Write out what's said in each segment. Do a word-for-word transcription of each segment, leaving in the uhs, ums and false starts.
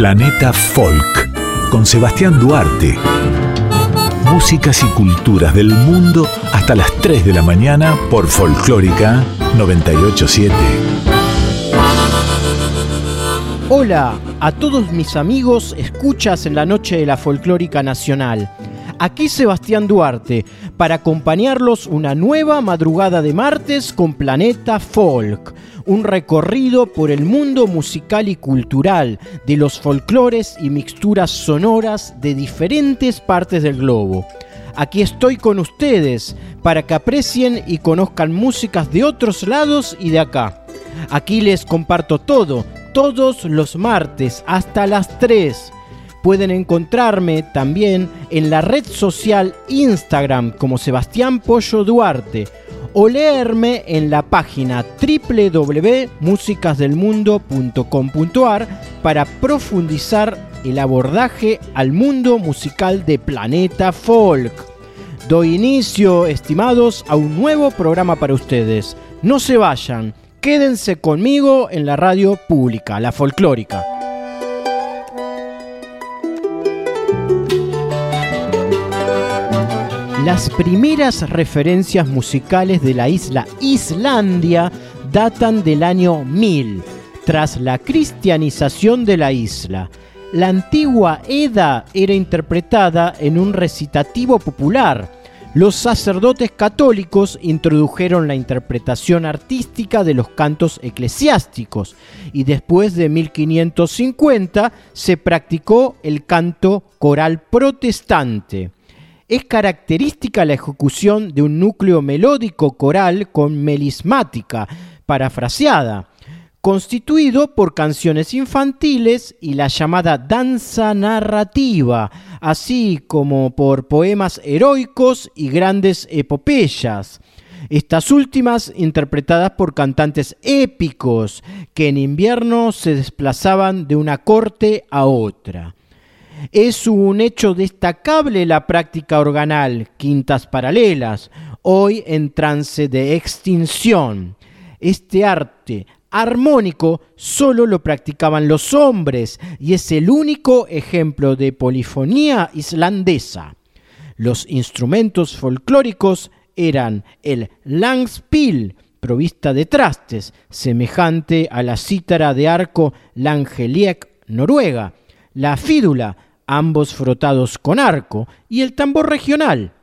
Planeta Folk, con Sebastián Duarte. Músicas y culturas del mundo hasta las tres de la mañana por Folclórica noventa y ocho punto siete. Hola a todos mis amigos, escuchas en la noche de la Folclórica Nacional. Aquí Sebastián Duarte, para acompañarlos una nueva madrugada de martes con Planeta Folk, un recorrido por el mundo musical y cultural de los folclores y mixturas sonoras de diferentes partes del globo. Aquí estoy con ustedes para que aprecien y conozcan músicas de otros lados y de acá. Aquí les comparto todo, todos los martes hasta las tres. Pueden encontrarme también en la red social Instagram como Sebastián Pollo Duarte o leerme en la página doble u doble u doble u punto músicas del mundo punto com punto a r para profundizar el abordaje al mundo musical de Planeta Folk. Doy inicio, estimados, a un nuevo programa para ustedes. No se vayan, quédense conmigo en la radio pública, la Folclórica. Las primeras referencias musicales de la isla Islandia datan del año mil, tras la cristianización de la isla. La antigua Edda era interpretada en un recitativo popular. Los sacerdotes católicos introdujeron la interpretación artística de los cantos eclesiásticos y después de mil quinientos cincuenta se practicó el canto coral protestante. Es característica la ejecución de un núcleo melódico coral con melismática parafraseada, constituido por canciones infantiles y la llamada danza narrativa, así como por poemas heroicos y grandes epopeyas. Estas últimas interpretadas por cantantes épicos que en invierno se desplazaban de una corte a otra. Es un hecho destacable la práctica organal, quintas paralelas, hoy en trance de extinción. Este arte armónico solo lo practicaban los hombres y es el único ejemplo de polifonía islandesa. Los instrumentos folclóricos eran el langspiel, provista de trastes, semejante a la cítara de arco Langeliek, Noruega, la fídula, ambos frotados con arco, y el tambor regional.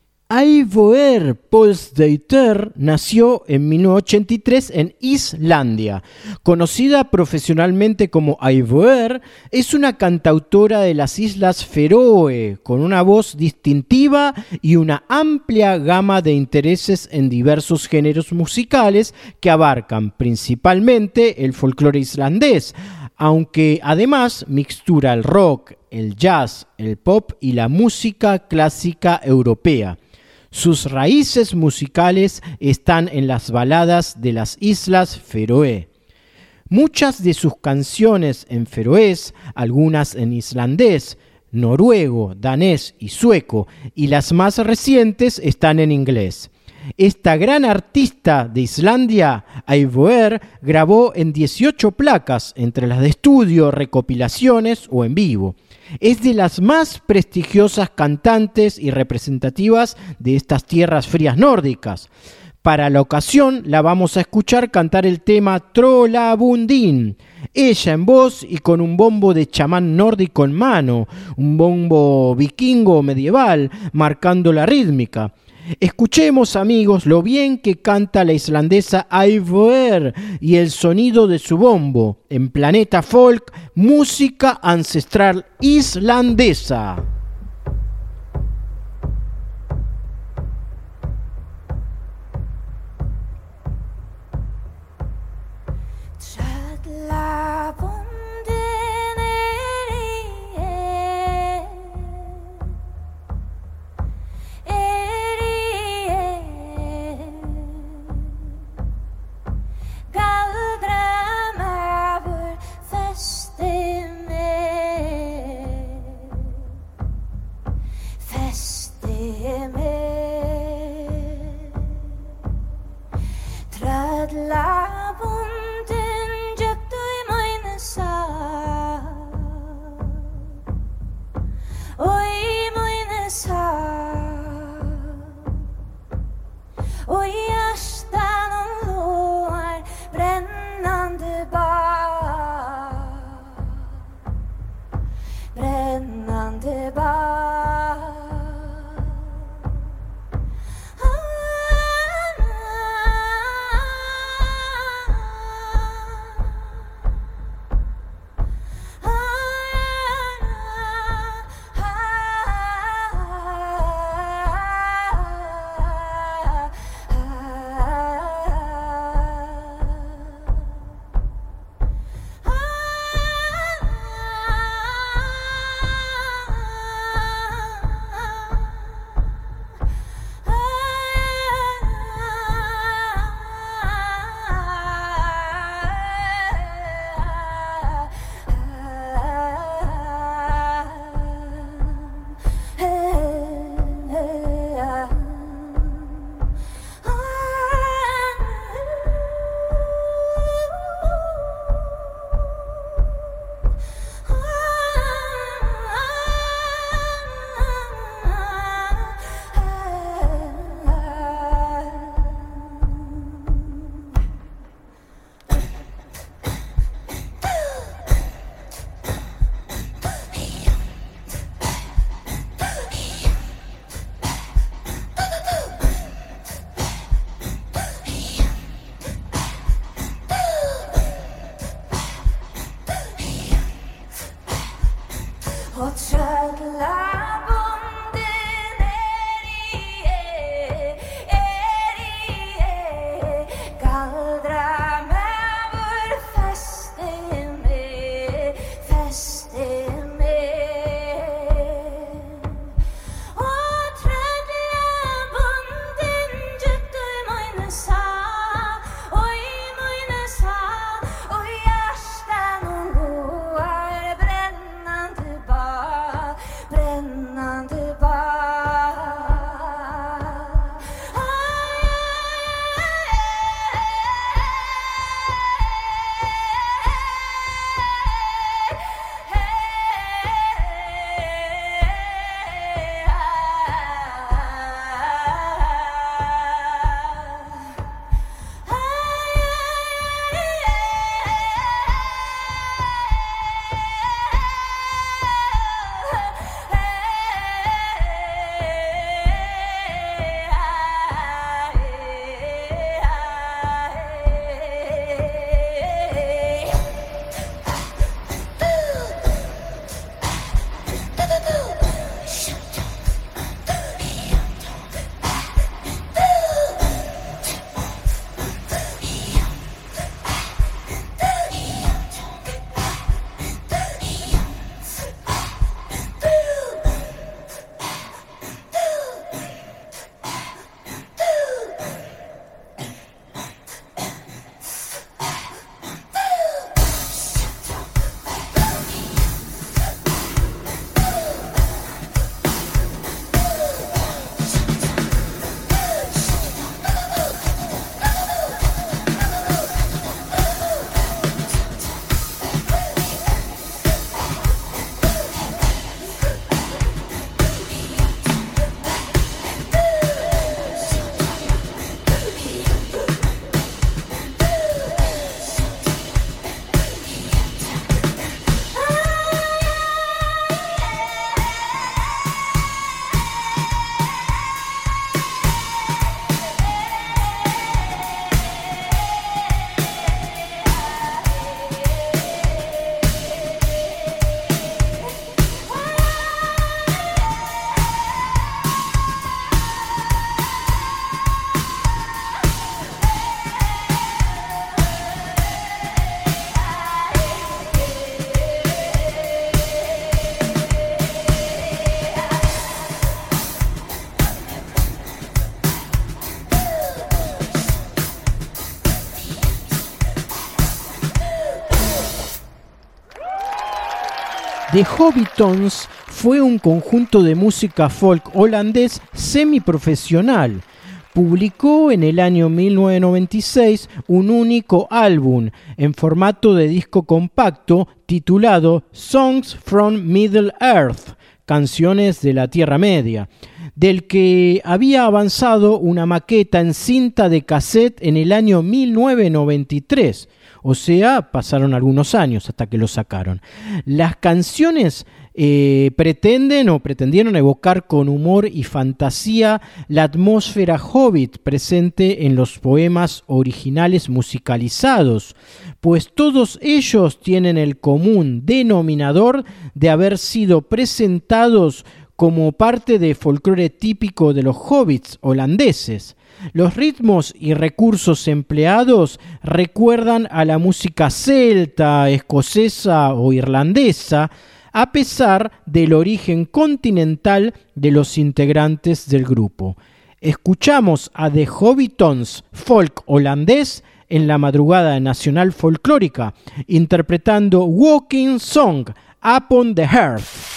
Eivør Pálsdóttir nació en mil novecientos ochenta y tres en Islandia. Conocida profesionalmente como Eivør, es una cantautora de las Islas Feroe, con una voz distintiva y una amplia gama de intereses en diversos géneros musicales que abarcan principalmente el folclore islandés, aunque además mixtura el rock, el jazz, el pop y la música clásica europea. Sus raíces musicales están en las baladas de las Islas Feroe. Muchas de sus canciones en feroés, algunas en islandés, noruego, danés y sueco, y las más recientes están en inglés. Esta gran artista de Islandia, Eivør, grabó en dieciocho placas, entre las de estudio, recopilaciones o en vivo. Es de las más prestigiosas cantantes y representativas de estas tierras frías nórdicas. Para la ocasión la vamos a escuchar cantar el tema Trollabundin, ella en voz y con un bombo de chamán nórdico en mano, un bombo vikingo medieval marcando la rítmica. Escuchemos, amigos, lo bien que canta la islandesa Eivør y el sonido de su bombo en Planeta Folk, música ancestral islandesa. Tralla búndin jöfnum mæna sá och hjärtan och låar brännande bar, brännande bar. The Hobbitons fue un conjunto de música folk holandés semiprofesional. Publicó en el año mil novecientos noventa y seis un único álbum en formato de disco compacto titulado Songs from Middle Earth, Canciones de la Tierra Media. del que había avanzado una maqueta en cinta de cassette en el año mil novecientos noventa y tres. O sea, pasaron algunos años hasta que lo sacaron. Las canciones eh, pretenden o pretendieron evocar con humor y fantasía la atmósfera hobbit presente en los poemas originales musicalizados, pues todos ellos tienen el común denominador de haber sido presentados como parte de folclore típico de los hobbits holandeses. Los ritmos y recursos empleados recuerdan a la música celta, escocesa o irlandesa, a pesar del origen continental de los integrantes del grupo. Escuchamos a The Hobbitons folk holandés en la madrugada nacional folclórica, interpretando Walking Song Upon the Hearth.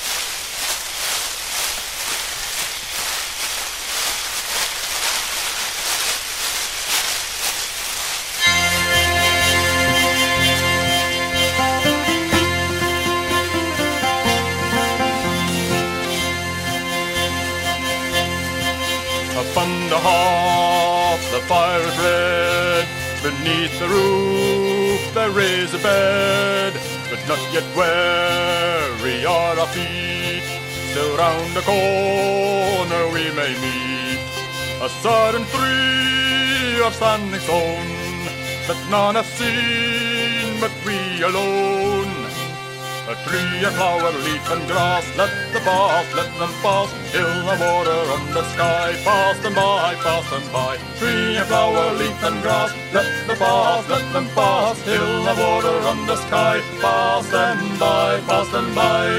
Upon the hearth the fire is red, beneath the roof there is a bed, but not yet weary are our feet, still round the corner we may meet, a certain tree of standing stone, that none have seen but we alone. A tree, a flower, leaf and grass, let the pass, let them pass, hill and water on the sky, pass them by, pass them by. Tree, a flower, leaf and grass, let the pass, let them pass, hill and water on the sky, pass them by, pass them by.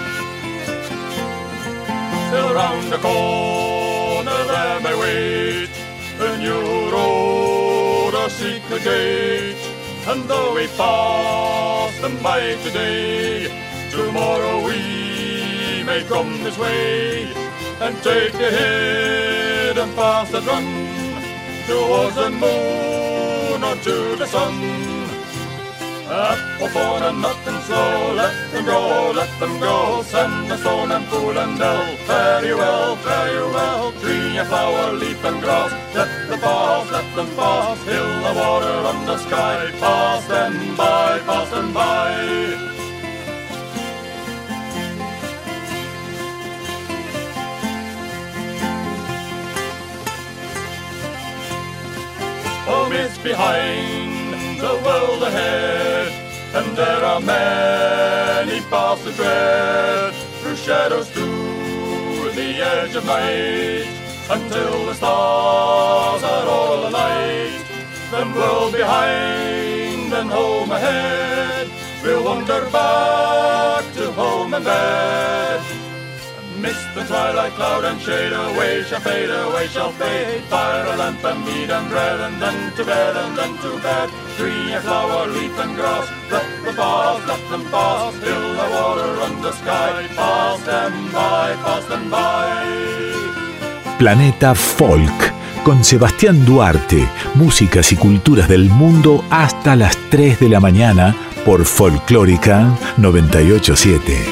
Still round the corner there may wait a new road, a secret gate. And though we pass them by today, tomorrow we may come this way and take a hidden path that run towards the moon or to the sun. Apple, thorn and nut and slow, let them go, let them go. Sand and stone and pool and dell, fare you well, fare you well. Tree and flower, leaf and grass, let them pass, let them pass. Hill and water on the sky, pass them by, pass them by. Home is behind, the world ahead, and there are many paths to tread, through shadows to the edge of night, until the stars are all alight. Then world behind and home ahead, we'll wander back to home and bed. Mist and twilight, cloud and shade, away shall fade, away shall fade. Fire, a lamp and meat and bread, and then to bed, and then to bed. Tree and flower, leaf and grass, let them pass, let them pass. Hill and water on the sky, pass them by, pass them by. Planeta Folk, con Sebastián Duarte, músicas y culturas del mundo hasta las tres de la mañana por Folclórica noventa y ocho punto siete.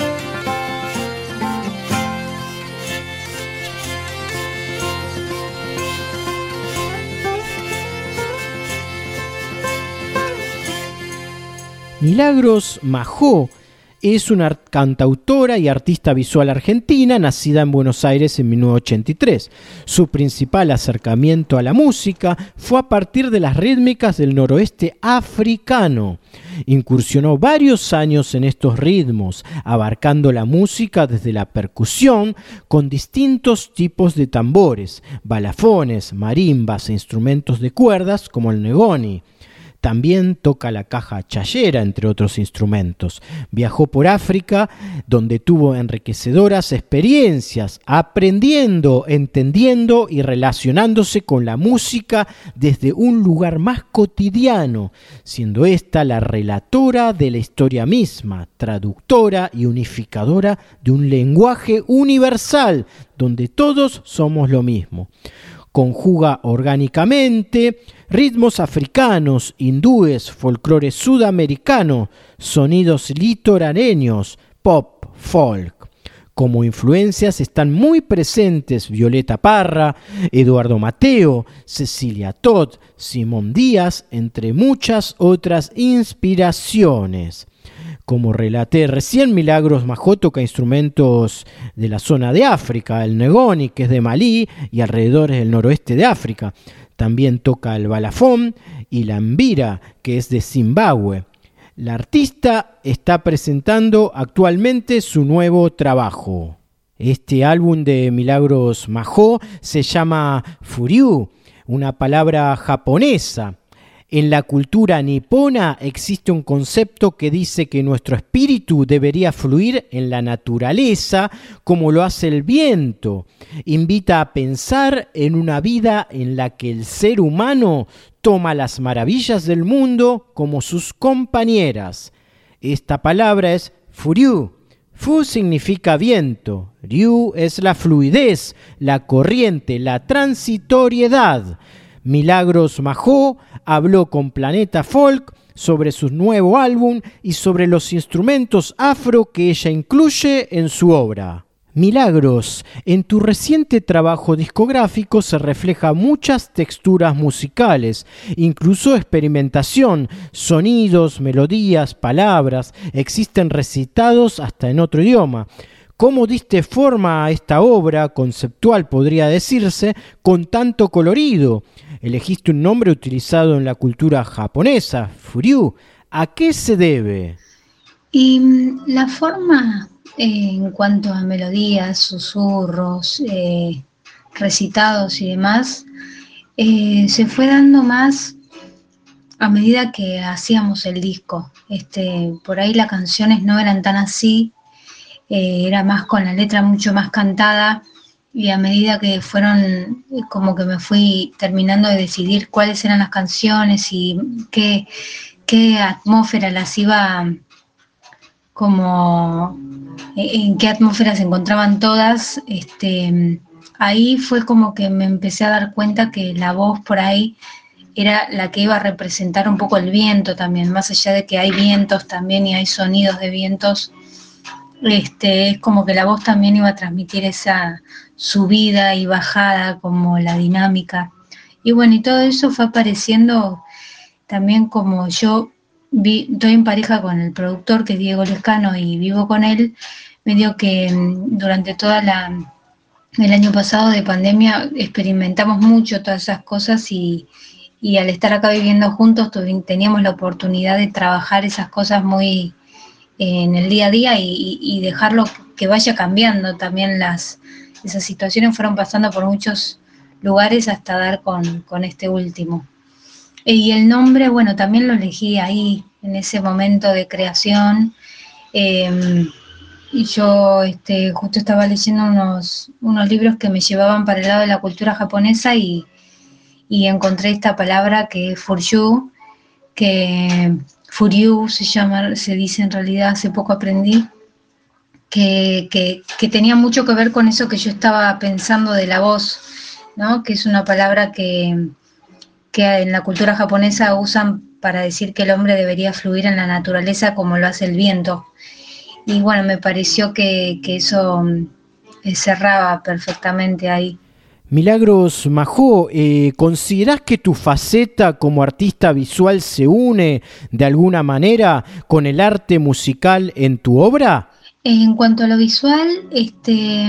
Milagros Majó es una cantautora y artista visual argentina, nacida en Buenos Aires en mil novecientos ochenta y tres. Su principal acercamiento a la música fue a partir de las rítmicas del noroeste africano. Incursionó varios años en estos ritmos, abarcando la música desde la percusión con distintos tipos de tambores, balafones, marimbas e instrumentos de cuerdas como el ngoni. También toca la caja chayera, entre otros instrumentos. Viajó por África, donde tuvo enriquecedoras experiencias, aprendiendo, entendiendo y relacionándose con la música desde un lugar más cotidiano, siendo esta la relatora de la historia misma, traductora y unificadora de un lenguaje universal, donde todos somos lo mismo. Conjuga orgánicamente ritmos africanos, hindúes, folclore sudamericano, sonidos litoraneños, pop, folk. Como influencias están muy presentes Violeta Parra, Eduardo Mateo, Cecilia Todd, Simón Díaz, entre muchas otras inspiraciones. Como relaté recién, Milagros Majó toca instrumentos de la zona de África, el ngoni, que es de Malí y alrededores del noroeste de África. También toca el balafón y la mbira, que es de Zimbabue. La artista está presentando actualmente su nuevo trabajo. Este álbum de Milagros Majó se llama Furyu, una palabra japonesa. En la cultura nipona existe un concepto que dice que nuestro espíritu debería fluir en la naturaleza como lo hace el viento. Invita a pensar en una vida en la que el ser humano toma las maravillas del mundo como sus compañeras. Esta palabra es Furyu. Fu significa viento, Ryu es la fluidez, la corriente, la transitoriedad. Milagros Majó habló con Planeta Folk sobre su nuevo álbum y sobre los instrumentos afro que ella incluye en su obra. Milagros, en tu reciente trabajo discográfico se refleja muchas texturas musicales, incluso experimentación, sonidos, melodías, palabras, existen recitados hasta en otro idioma. ¿Cómo diste forma a esta obra conceptual, podría decirse, con tanto colorido? Elegiste un nombre utilizado en la cultura japonesa, Furyu. ¿A qué se debe? Y la forma eh, en cuanto a melodías, susurros, eh, recitados y demás, eh, se fue dando más a medida que hacíamos el disco. Este, por ahí las canciones no eran tan así, eh, era más con la letra mucho más cantada, y a medida que fueron, como que me fui terminando de decidir cuáles eran las canciones y qué, qué atmósfera las iba, como en qué atmósfera se encontraban todas, este, ahí fue como que me empecé a dar cuenta que la voz por ahí era la que iba a representar un poco el viento también, más allá de que hay vientos también y hay sonidos de vientos, este, es como que la voz también iba a transmitir esa subida y bajada, como la dinámica. Y bueno, y todo eso fue apareciendo también, como yo vi, estoy en pareja con el productor, que es Diego Lescano, y vivo con él, medio que durante toda la el año pasado de pandemia experimentamos mucho todas esas cosas, y, y al estar acá viviendo juntos teníamos la oportunidad de trabajar esas cosas muy en el día a día y, y dejarlo que vaya cambiando también. Las esas situaciones fueron pasando por muchos lugares hasta dar con, con este último. Y el nombre, bueno, también lo elegí ahí, en ese momento de creación. Eh, y yo este, justo estaba leyendo unos, unos libros que me llevaban para el lado de la cultura japonesa y, y encontré esta palabra que es Furyu, que Furyu se llama, se dice en realidad, hace poco aprendí, que, que, que tenía mucho que ver con eso que yo estaba pensando de la voz, ¿no? Que es una palabra que, que en la cultura japonesa usan para decir que el hombre debería fluir en la naturaleza como lo hace el viento. Y bueno, me pareció que, que eso eh, cerraba perfectamente ahí. Milagros Majó, eh, ¿considerás que tu faceta como artista visual se une de alguna manera con el arte musical en tu obra? En cuanto a lo visual, este,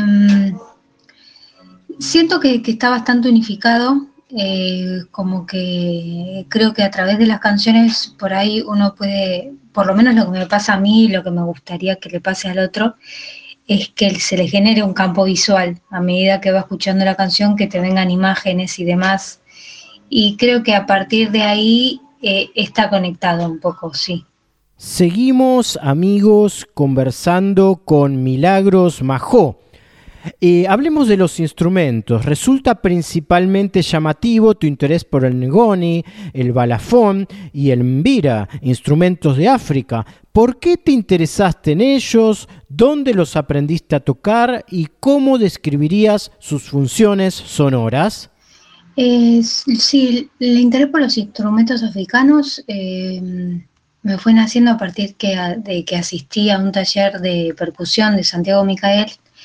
siento que, que está bastante unificado, eh, como que creo que a través de las canciones por ahí uno puede, por lo menos lo que me pasa a mí, lo que me gustaría que le pase al otro, es que se le genere un campo visual a medida que va escuchando la canción, que te vengan imágenes y demás. Y creo que a partir de ahí eh, está conectado un poco, sí. Seguimos, amigos, conversando con Milagros Majó. Eh, hablemos de los instrumentos. Resulta principalmente llamativo tu interés por el ngoni, el balafón y el mbira, instrumentos de África. ¿Por qué te interesaste en ellos? ¿Dónde los aprendiste a tocar? ¿Y cómo describirías sus funciones sonoras? Eh, sí, el interés por los instrumentos africanos eh, me fue naciendo a partir que, de que asistí a un taller de percusión de Santiago Micael,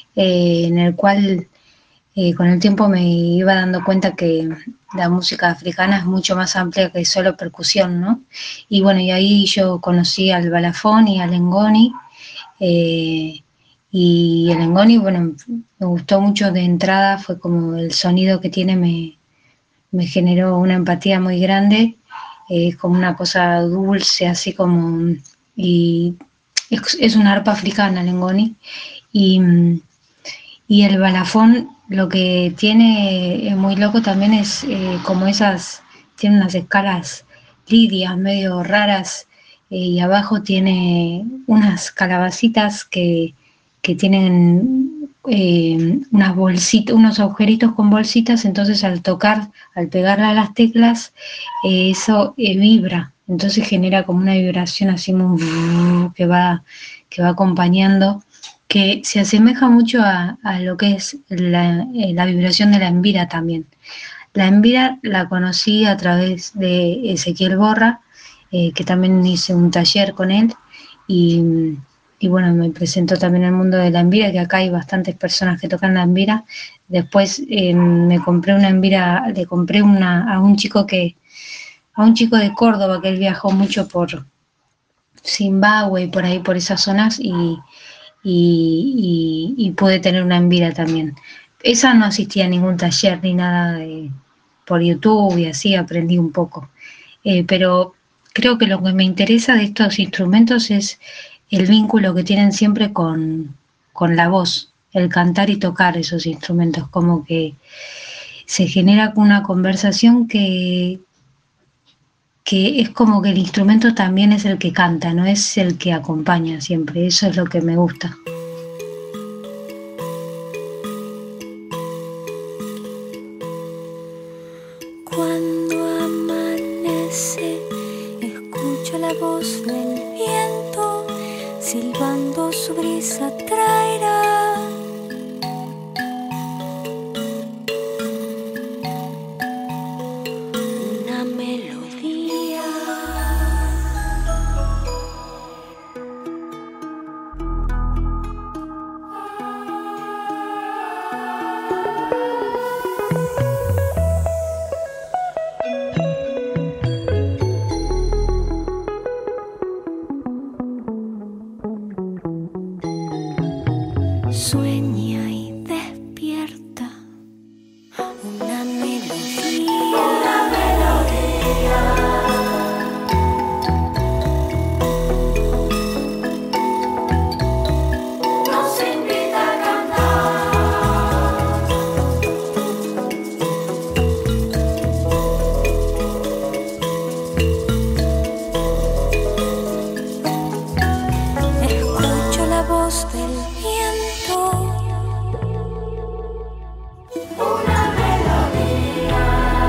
eh, en el cual eh, con el tiempo me iba dando cuenta que la música africana es mucho más amplia que solo percusión, ¿no? Y bueno, y ahí yo conocí al balafón y al ngoni, eh, y el ngoni, bueno, me gustó mucho de entrada, fue como el sonido que tiene me, me generó una empatía muy grande, eh, como una cosa dulce, así como, y es, es una arpa africana el ngoni, y, y el balafón lo que tiene es muy loco también, es eh, como esas, tiene unas escalas lidias medio raras, eh, y abajo tiene unas calabacitas que, que tienen eh, unas bolsitas, unos agujeritos con bolsitas, entonces al tocar, al pegarle a las teclas, eh, eso eh, vibra, entonces genera como una vibración así muy, que va, que va acompañando, que se asemeja mucho a, a lo que es la, eh, la vibración de la embira también. La embira la conocí a través de Ezequiel Borra, eh, que también hice un taller con él, y, y bueno, me presentó también el mundo de la embira, que acá hay bastantes personas que tocan la embira. Después eh, me compré una embira, le compré una a un chico que, a un chico de Córdoba, que él viajó mucho por Zimbabue y por ahí, por esas zonas, y Y, y, y pude tener una embira también. Esa no asistía a ningún taller ni nada de, por YouTube y así aprendí un poco. Eh, pero creo que lo que me interesa de estos instrumentos es el vínculo que tienen siempre con, con la voz, el cantar y tocar esos instrumentos, como que se genera una conversación que, que es como que el instrumento también es el que canta, no es el que acompaña siempre. Eso es lo que me gusta. Cuando amanece, escucho la voz del viento, silbando su brisa traerá una melodía. Sueña y despierta una melodía, una melodía. Nos invita a cantar. Escucho la voz del viento, una melodía.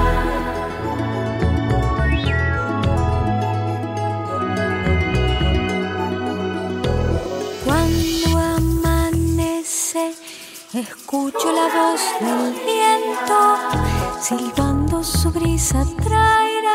Cuando amanece, escucho la voz del viento, silbando su brisa traerá.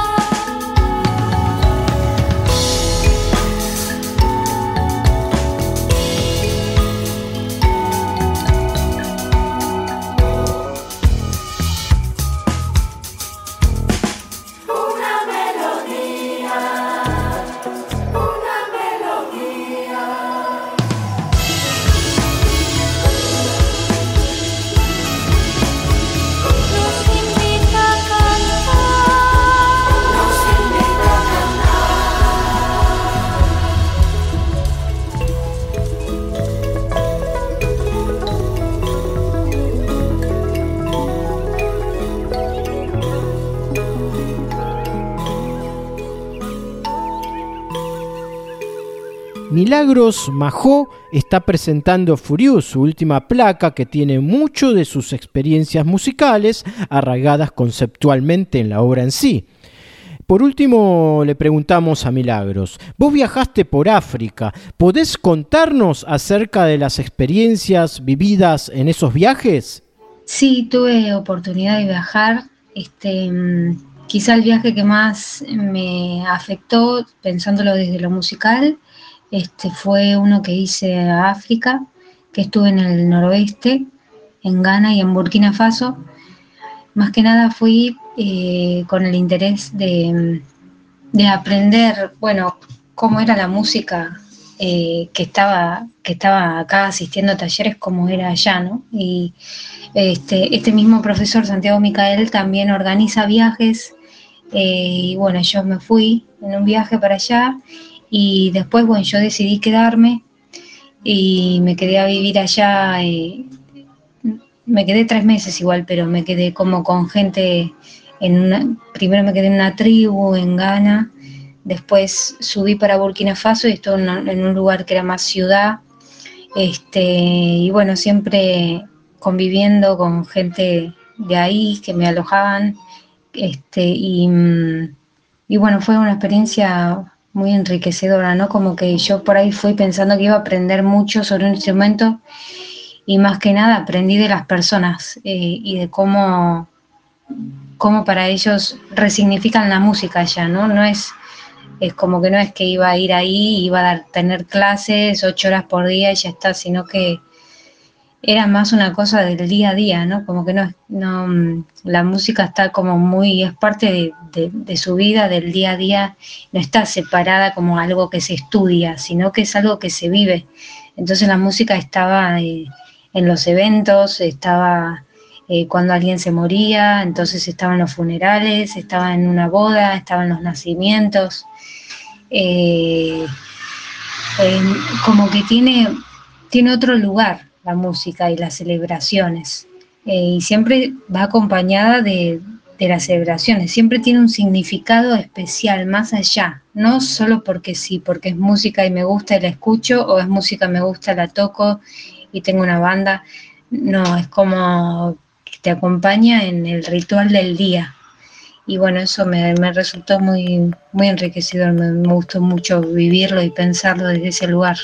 Milagros Majó está presentando Furious, su última placa, que tiene mucho de sus experiencias musicales arraigadas conceptualmente en la obra en sí. Por último, le preguntamos a Milagros, vos viajaste por África, ¿podés contarnos acerca de las experiencias vividas en esos viajes? Sí, tuve oportunidad de viajar. Este, quizá el viaje que más me afectó, pensándolo desde lo musical, este, fue uno que hice a África, que estuve en el noroeste, en Ghana y en Burkina Faso. Más que nada fui eh, con el interés de, de aprender, bueno, cómo era la música eh, que estaba, que estaba acá asistiendo a talleres, cómo era allá, ¿no? Y este, este mismo profesor, Santiago Micael, también organiza viajes, eh, y bueno, yo me fui en un viaje para allá, y después, bueno, yo decidí quedarme, y me quedé a vivir allá, eh, me quedé tres meses igual, pero me quedé como con gente, en una, primero me quedé en una tribu en Ghana, después subí para Burkina Faso y estuve en, en un lugar que era más ciudad, este, y bueno, siempre conviviendo con gente de ahí que me alojaban, este, y, y bueno, fue una experiencia muy enriquecedora, ¿no? Como que yo por ahí fui pensando que iba a aprender mucho sobre un instrumento, y más que nada aprendí de las personas eh, y de cómo, cómo para ellos resignifican la música allá, ¿no? No es, es como que no es que iba a ir ahí, iba a dar, tener clases ocho horas por día y ya está, sino que era más una cosa del día a día, ¿no? Como que no, no la música está como muy, es parte de, de, de su vida, del día a día, no está separada como algo que se estudia, sino que es algo que se vive. Entonces la música estaba eh, en los eventos, estaba eh, cuando alguien se moría, entonces estaba en los funerales, estaba en una boda, estaba en los nacimientos, eh, eh, como que tiene, tiene otro lugar la música y las celebraciones, eh, y siempre va acompañada de, de las celebraciones, siempre tiene un significado especial más allá, no solo porque sí, porque es música y me gusta y la escucho, o es música y me gusta, la toco y tengo una banda, no, es como que te acompaña en el ritual del día, y bueno, eso me, me resultó muy, muy enriquecedor, me, me gustó mucho vivirlo y pensarlo desde ese lugar.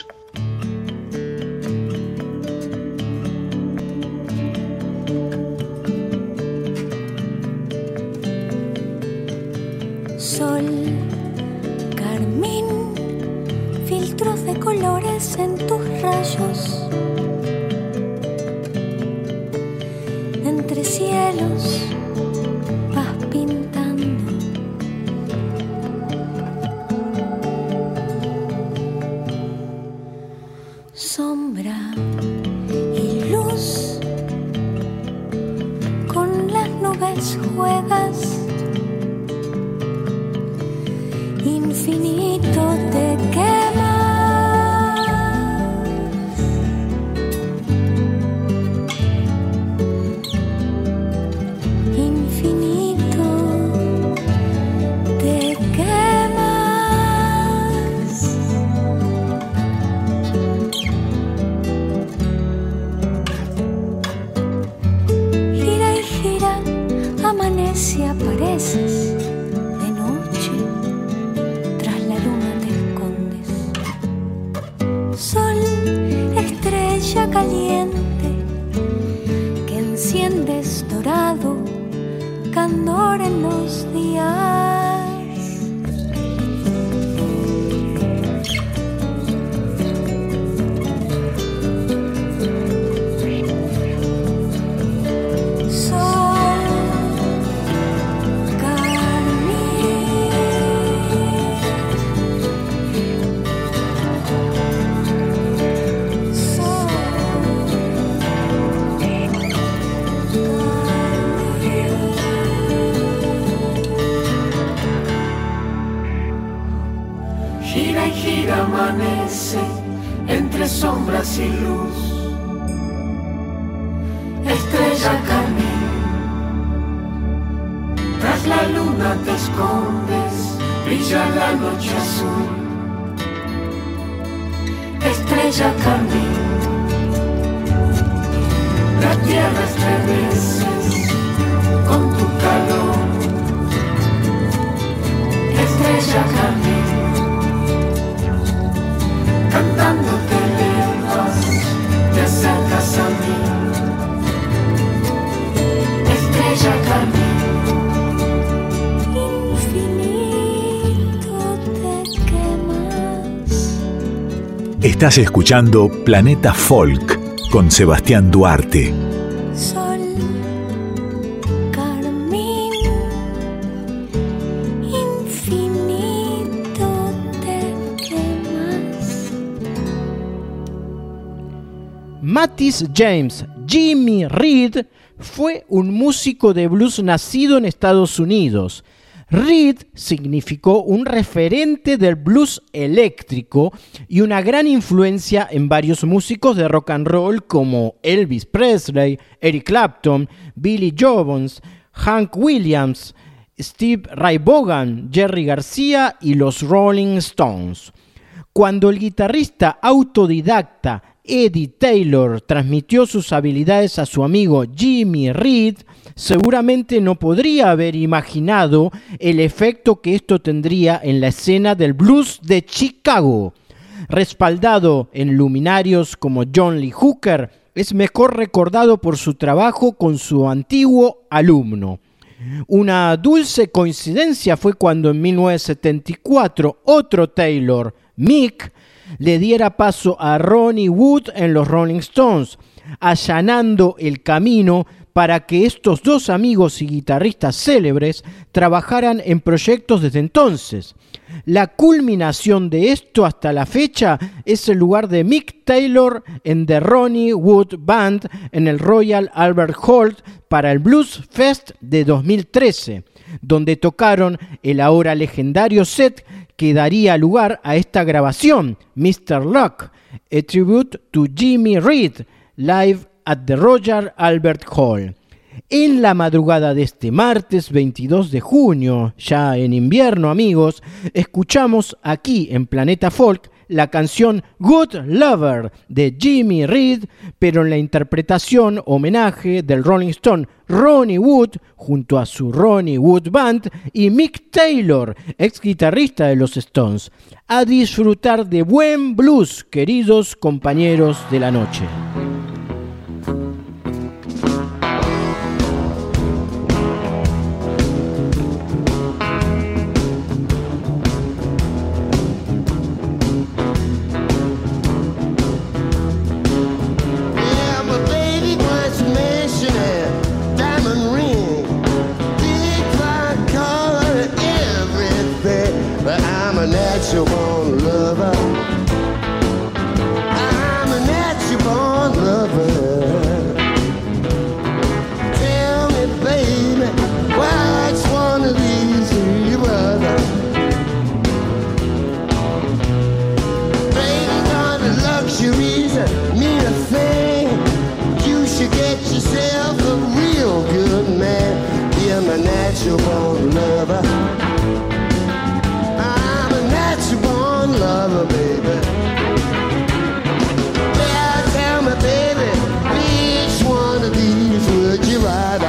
Sol, carmín, filtros de colores en tus rayos, entre cielos vas pintando, sombra y luz, con las nubes juegas. Infinito te quemas, infinito te quemas. Gira y gira, amanece y apareces. Caliente que enciendes dorado, candor en los días. Sol, carmín, amanece entre sombras y luz, estrella carmín, tras la luna te escondes, brilla la noche azul, estrella carmín, la tierra estremeces con tu calor, estrella carmín, cantando te elevas, te acercas a mí, estrella carmín, infinito te quemas. Estás escuchando Planeta Folk con Sebastián Duarte. Sol, carmín, infinito te quemas. Matis James Jimmy Reed fue un músico de blues nacido en Estados Unidos. Reed significó un referente del blues eléctrico y una gran influencia en varios músicos de rock and roll como Elvis Presley, Eric Clapton, Billy Gibbons, Hank Williams, Steve Ray Vaughan, Jerry García y los Rolling Stones. Cuando el guitarrista autodidacta Eddie Taylor transmitió sus habilidades a su amigo Jimmy Reed, seguramente no podría haber imaginado el efecto que esto tendría en la escena del blues de Chicago. Respaldado en luminarios como John Lee Hooker, es mejor recordado por su trabajo con su antiguo alumno. Una dulce coincidencia fue cuando en mil novecientos setenta y cuatro otro Taylor, Mick, le diera paso a Ronnie Wood en los Rolling Stones, allanando el camino para que estos dos amigos y guitarristas célebres trabajaran en proyectos desde entonces. La culminación de esto hasta la fecha es el lugar de Mick Taylor en The Ronnie Wood Band en el Royal Albert Hall para el Blues Fest de dos mil trece, donde tocaron el ahora legendario set que daría lugar a esta grabación, mister Luck, a tribute to Jimmy Reed, live at the Royal Albert Hall. En la madrugada de este martes veintidós de junio, ya en invierno amigos, escuchamos aquí en Planeta Folk la canción Good Lover de Jimmy Reed, pero en la interpretación homenaje del Rolling Stone Ronnie Wood junto a su Ronnie Wood Band y Mick Taylor, ex guitarrista de los Stones. A disfrutar de buen blues, queridos compañeros de la noche. Natural born lover. I'm a natural born lover. Tell me, baby, what's one of these three brothers? Baby, all the luxuries mean a thing. You should get yourself a real good man. You're my natural born lover. Lover, baby. Yeah, tell me, baby, which one of these would you rather?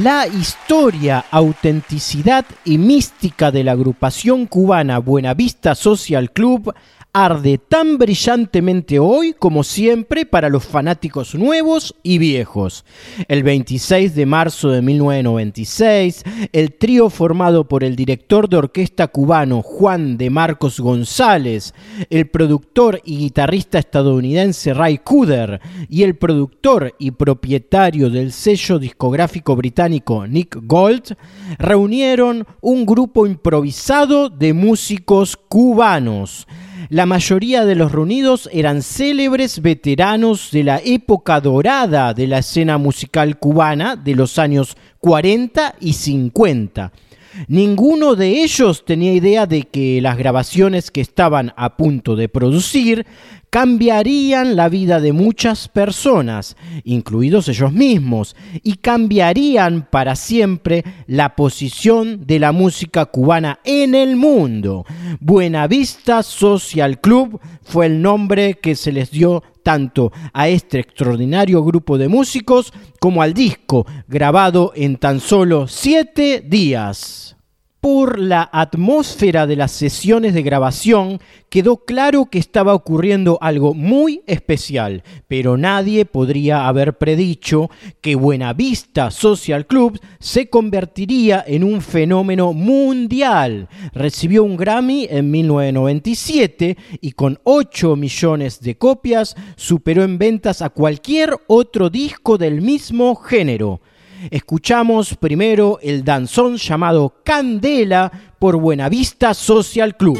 La historia, autenticidad y mística de la agrupación cubana Buenavista Social Club arde tan brillantemente hoy como siempre para los fanáticos nuevos y viejos. El veintiséis de marzo de mil novecientos noventa y seis, el trío formado por el director de orquesta cubano Juan de Marcos González, el productor y guitarrista estadounidense Ray Cooder y el productor y propietario del sello discográfico británico Nick Gold, reunieron un grupo improvisado de músicos cubanos. La mayoría de los reunidos eran célebres veteranos de la época dorada de la escena musical cubana de los años cuarenta y cincuenta. Ninguno de ellos tenía idea de que las grabaciones que estaban a punto de producir cambiarían la vida de muchas personas, incluidos ellos mismos, y cambiarían para siempre la posición de la música cubana en el mundo. Buenavista Social Club fue el nombre que se les dio tanto a este extraordinario grupo de músicos como al disco, grabado en tan solo siete días. Por la atmósfera de las sesiones de grabación, quedó claro que estaba ocurriendo algo muy especial, pero nadie podría haber predicho que Buenavista Social Club se convertiría en un fenómeno mundial. Recibió un Grammy en mil novecientos noventa y siete y con ocho millones de copias superó en ventas a cualquier otro disco del mismo género. Escuchamos primero el danzón llamado Candela por Buenavista Social Club.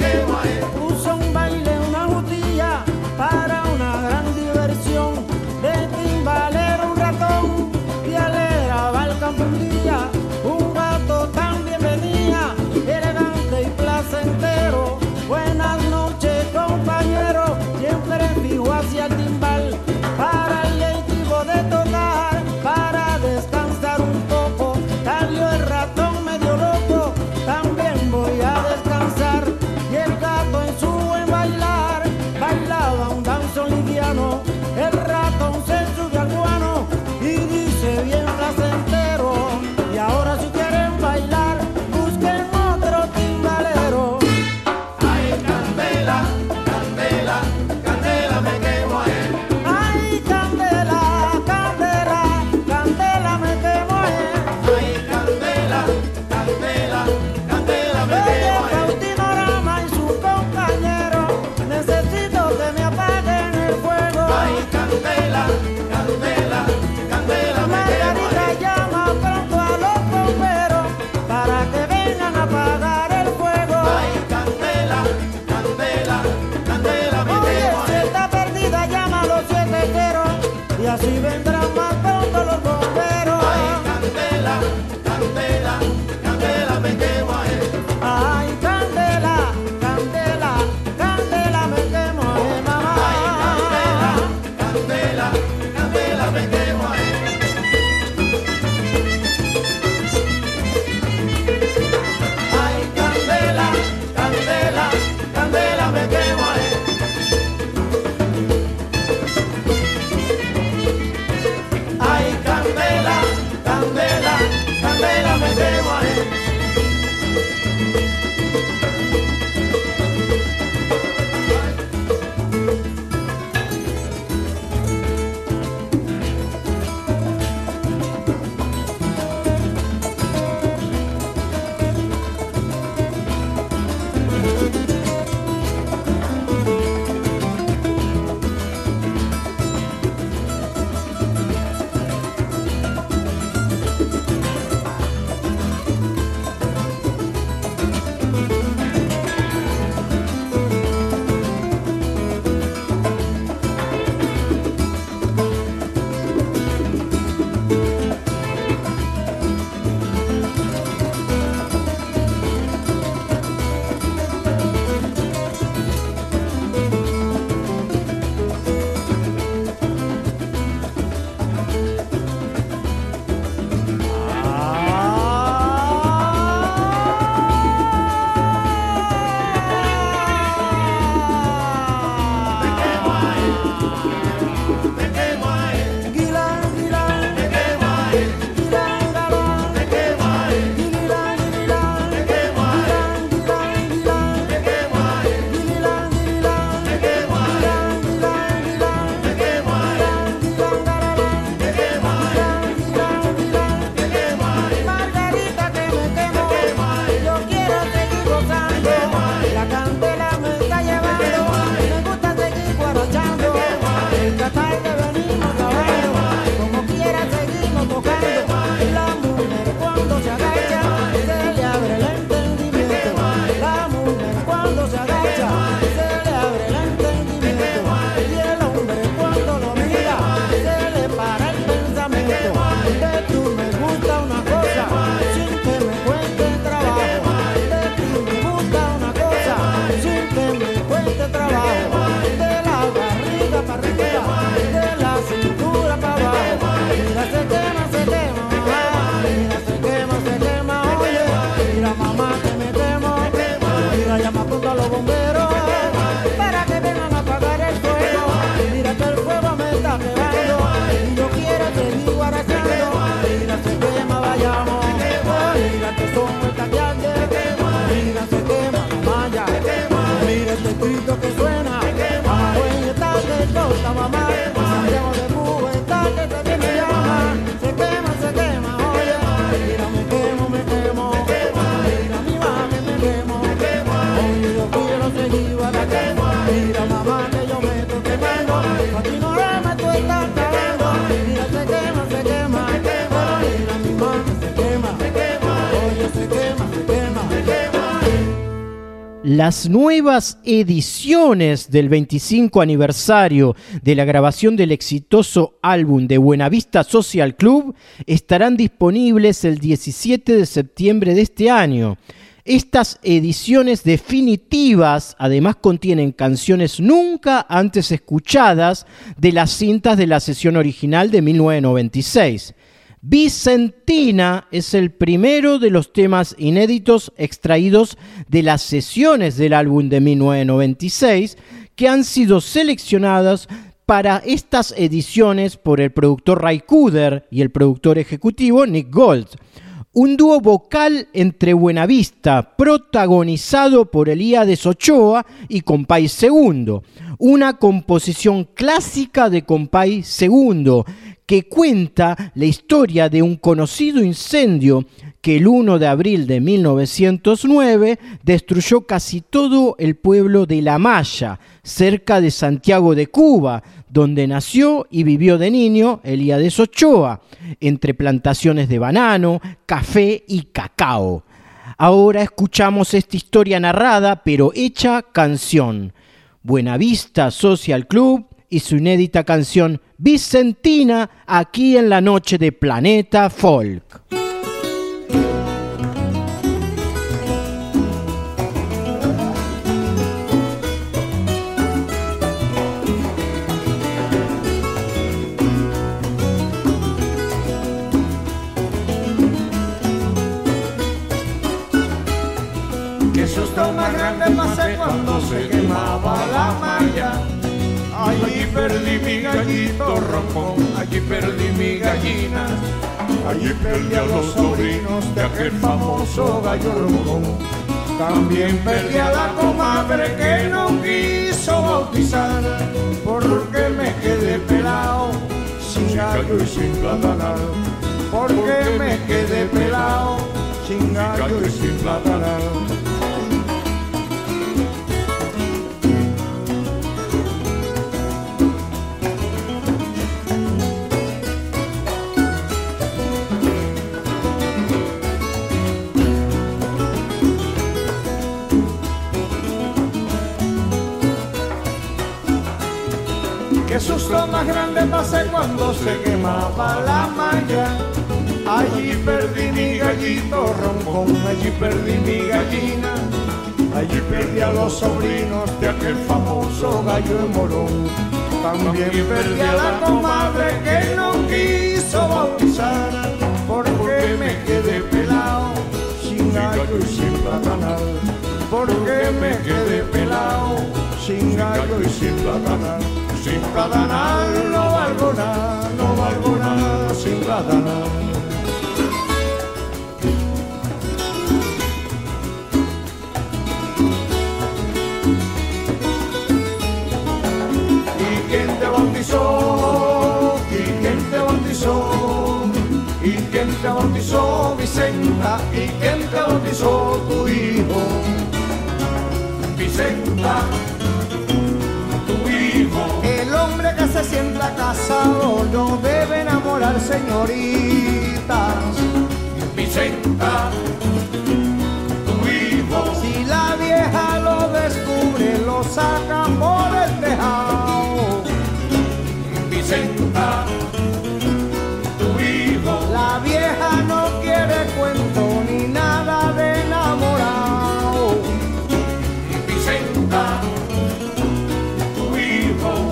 Puso un baile, una botella para una gran diversión. De escucha, se le abre el entendimiento. Y el hombre cuando lo mira, se le para el pensamiento. De tú me gusta una cosa, sin que me cuente trabajo. De ti me gusta una cosa, sin que me cuente trabajo. De la barriga para arriba, de la cintura para abajo. Mira, se quema, se quema, mamá. Mira, se quema, se quema, oye. Mira, mamá, que me quemo. Mira, llama pronto a los bomberos para que vengan a apagar el fuego. Mira que el fuego me está quemando y yo quiero seguir guarachando. Mira, se quema, vayamos. Mira que somos estaqueantes. Mira, se quema, mamá, ya. Mira este grito que suena. Mamá, güey, está que toca, mamá. Santiago de Cuba está que se viene llama. Se quema, se quema, oye. Mira, me quemo, me quemo. Mira, mi mamá que me quemo. Oye, yo quiero seguir guarachando. Mira, mamá, que yo me estoy quemando. Aquí no me tú estás cagando. Mira, se quema, se quema. Pero mira, mi mamá se quema. Oye, se quema, se quema. Las nuevas ediciones del veinticinco aniversario de la grabación del exitoso álbum de Buenavista Social Club estarán disponibles el diecisiete de septiembre de este año. Estas ediciones definitivas además contienen canciones nunca antes escuchadas de las cintas de la sesión original de mil novecientos noventa y seis. Vicentina es el primero de los temas inéditos extraídos de las sesiones del álbum de mil novecientos noventa y seis que han sido seleccionadas para estas ediciones por el productor Ray Cooder y el productor ejecutivo Nick Gold. Un dúo vocal entre Buenavista, protagonizado por Elías Ochoa y Compay Segundo. Una composición clásica de Compay Segundo, que cuenta la historia de un conocido incendio que el primero de abril de mil novecientos nueve destruyó casi todo el pueblo de La Maya, cerca de Santiago de Cuba, donde nació y vivió de niño Elías Ochoa, entre plantaciones de banano, café y cacao. Ahora escuchamos esta historia narrada, pero hecha canción. Buenavista Social Club y su inédita canción Vicentina, aquí en la noche de Planeta Folk. Qué susto más grande pasé cuando se quemaba la malla. Allí perdí mi gallito roncón, allí perdí mi gallina, allí perdí a los sobrinos de aquel famoso gallo roncón. También perdí a la comadre que no quiso bautizar, porque me quedé pelao, sin gallo y sin platanal. Porque me quedé pelao, sin gallo y sin platanal. Qué susto más grande pasé cuando se quemaba la malla. Allí perdí mi gallito roncón, allí perdí mi gallina, allí perdí a los sobrinos de aquel famoso gallo de morón. También perdí a la comadre que no quiso bautizar, porque me quedé pelao, sin gallo y sin platanal. Porque me quedé pelao, sin gallo y sin platanal. Sin platanal no valgo nada, no valgo nada sin platanal. ¿Y quién te bautizó? ¿Y quién te bautizó? ¿Y quién te bautizó, Vicenta? ¿Y quién te bautizó tu hijo? Vicenta, tu hijo. El hombre que se sienta casado no debe enamorar señoritas. Vicenta, tu hijo. Si la vieja lo lo descubre, lo sacan por el tejado. Vicenta, tu hijo. La vieja no quiere cuento ni nada de enamorado. Vicenta, tu hijo.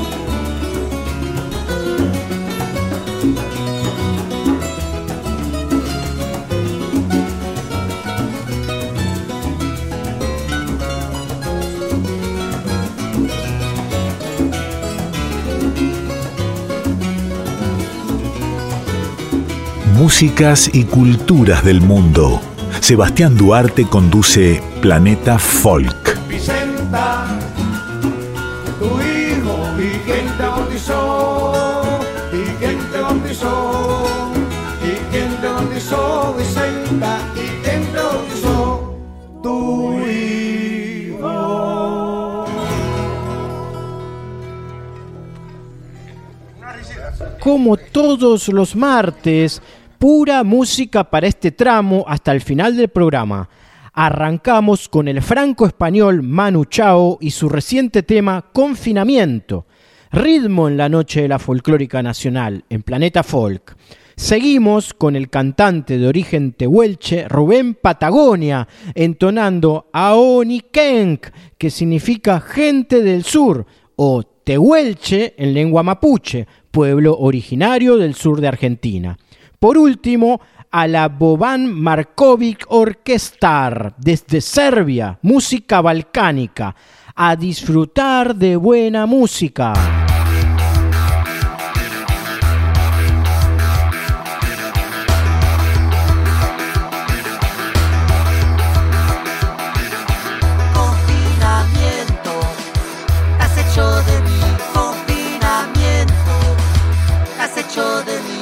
Músicas y culturas del mundo. Sebastián Duarte conduce Planeta Folk. Vicenta, tu hijo, ¿y quién te bautizó? ¿Y quién te bautizó? ¿Y quién te bautizó, Vicenta? ¿Y quién te bautizó? Tu hijo. Como todos los martes, pura música para este tramo hasta el final del programa. Arrancamos con el franco-español Manu Chao y su reciente tema Confinamiento. Ritmo en la noche de la folclórica nacional en Planeta Folk. Seguimos con el cantante de origen tehuelche Rubén Patagonia entonando Aonikenk, que significa gente del sur, o tehuelche en lengua mapuche, pueblo originario del sur de Argentina. Por último, a la Boban Markovic Orkestar, desde Serbia, música balcánica. A disfrutar de buena música. Confinamiento, ¿qué has hecho de mí? Confinamiento, ¿qué has hecho de mí?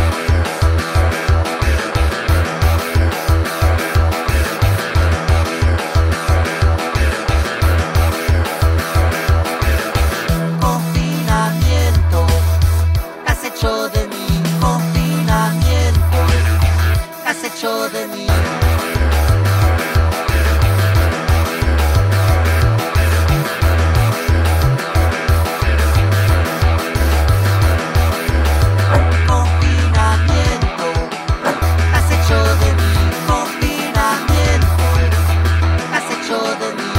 De mí, confinamiento, ¿qué has hecho de mí? Confinamiento, ¿qué has hecho de mí? Confinamiento, ¿qué has hecho de mí?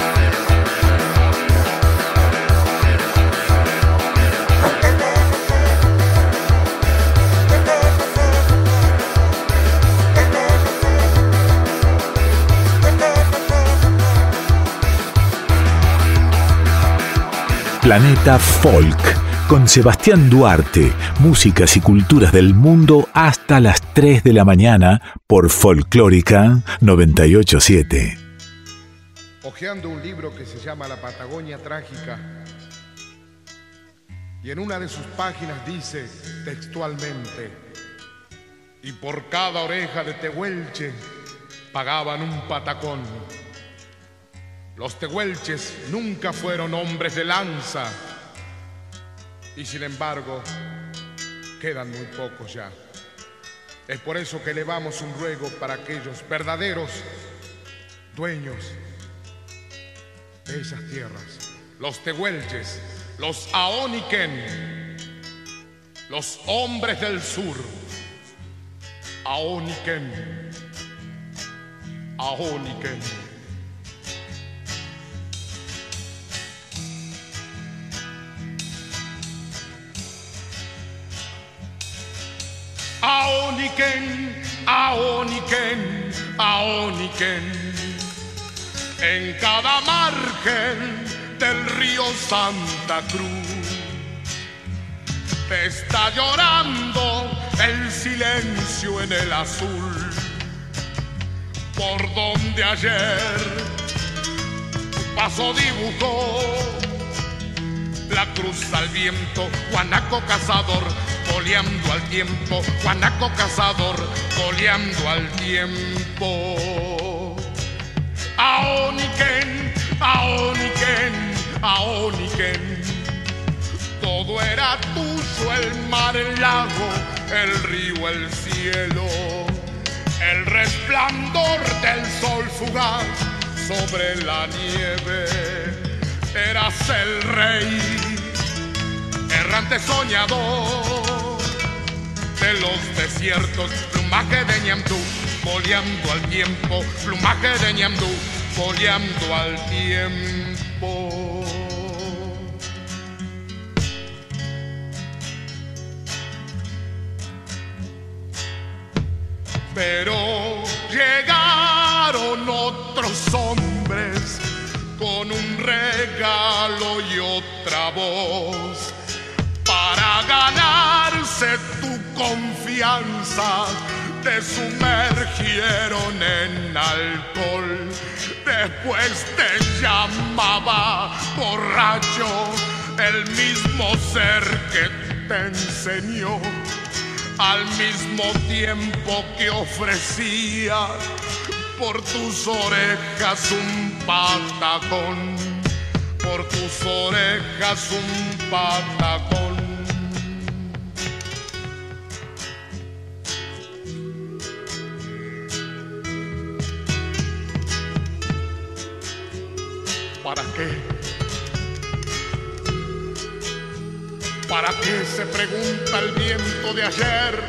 Planeta Folk, con Sebastián Duarte, músicas y culturas del mundo hasta las tres de la mañana por Folclórica noventa y ocho punto siete. Hojeando un libro que se llama La Patagonia Trágica, y en una de sus páginas dice textualmente: y por cada oreja de tehuelche pagaban un patacón. Los tehuelches nunca fueron hombres de lanza, y sin embargo quedan muy pocos ya. Es por eso que elevamos un ruego para aquellos verdaderos dueños de esas tierras, los tehuelches, los aoniken, los hombres del sur. Aoniken, aoniken. Aoniken, aoniken, aoniken, en cada margen del río Santa Cruz te está llorando el silencio en el azul, por donde ayer tu paso dibujó la cruz al viento, guanaco cazador, coleando al tiempo, guanaco cazador, coleando al tiempo. Aoniken, aoniken, aoniken, todo era tuyo, el mar, el lago, el río, el cielo, el resplandor del sol fugaz sobre la nieve. Eras el rey, errante soñador de los desiertos, plumaje de ñamdú, boleando al tiempo, plumaje de ñamdú, boleando al tiempo. Pero llegaron otros hombres con un regalo y otra voz para ganarse tu confianza. Te sumergieron en alcohol, después te llamaba borracho, el mismo ser que te enseñó. Al mismo tiempo que ofrecía por tus orejas un patacón, por tus orejas un patacón. ¿Para qué? ¿Para qué? Se pregunta el viento de ayer,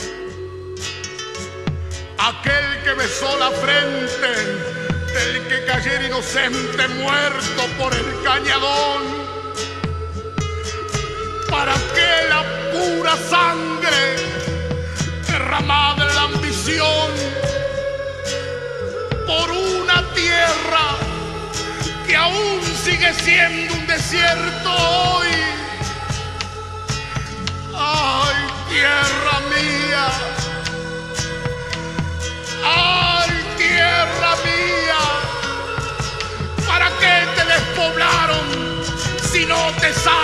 aquel que besó la frente del que cayera inocente muerto por el cañadón. ¿Para qué la pura sangre derramada en la ambición por una tierra que aún sigue siendo un desierto hoy? ¡Ay, tierra mía! ¡Ay, tierra mía! ¿Para qué te despoblaron si no te saben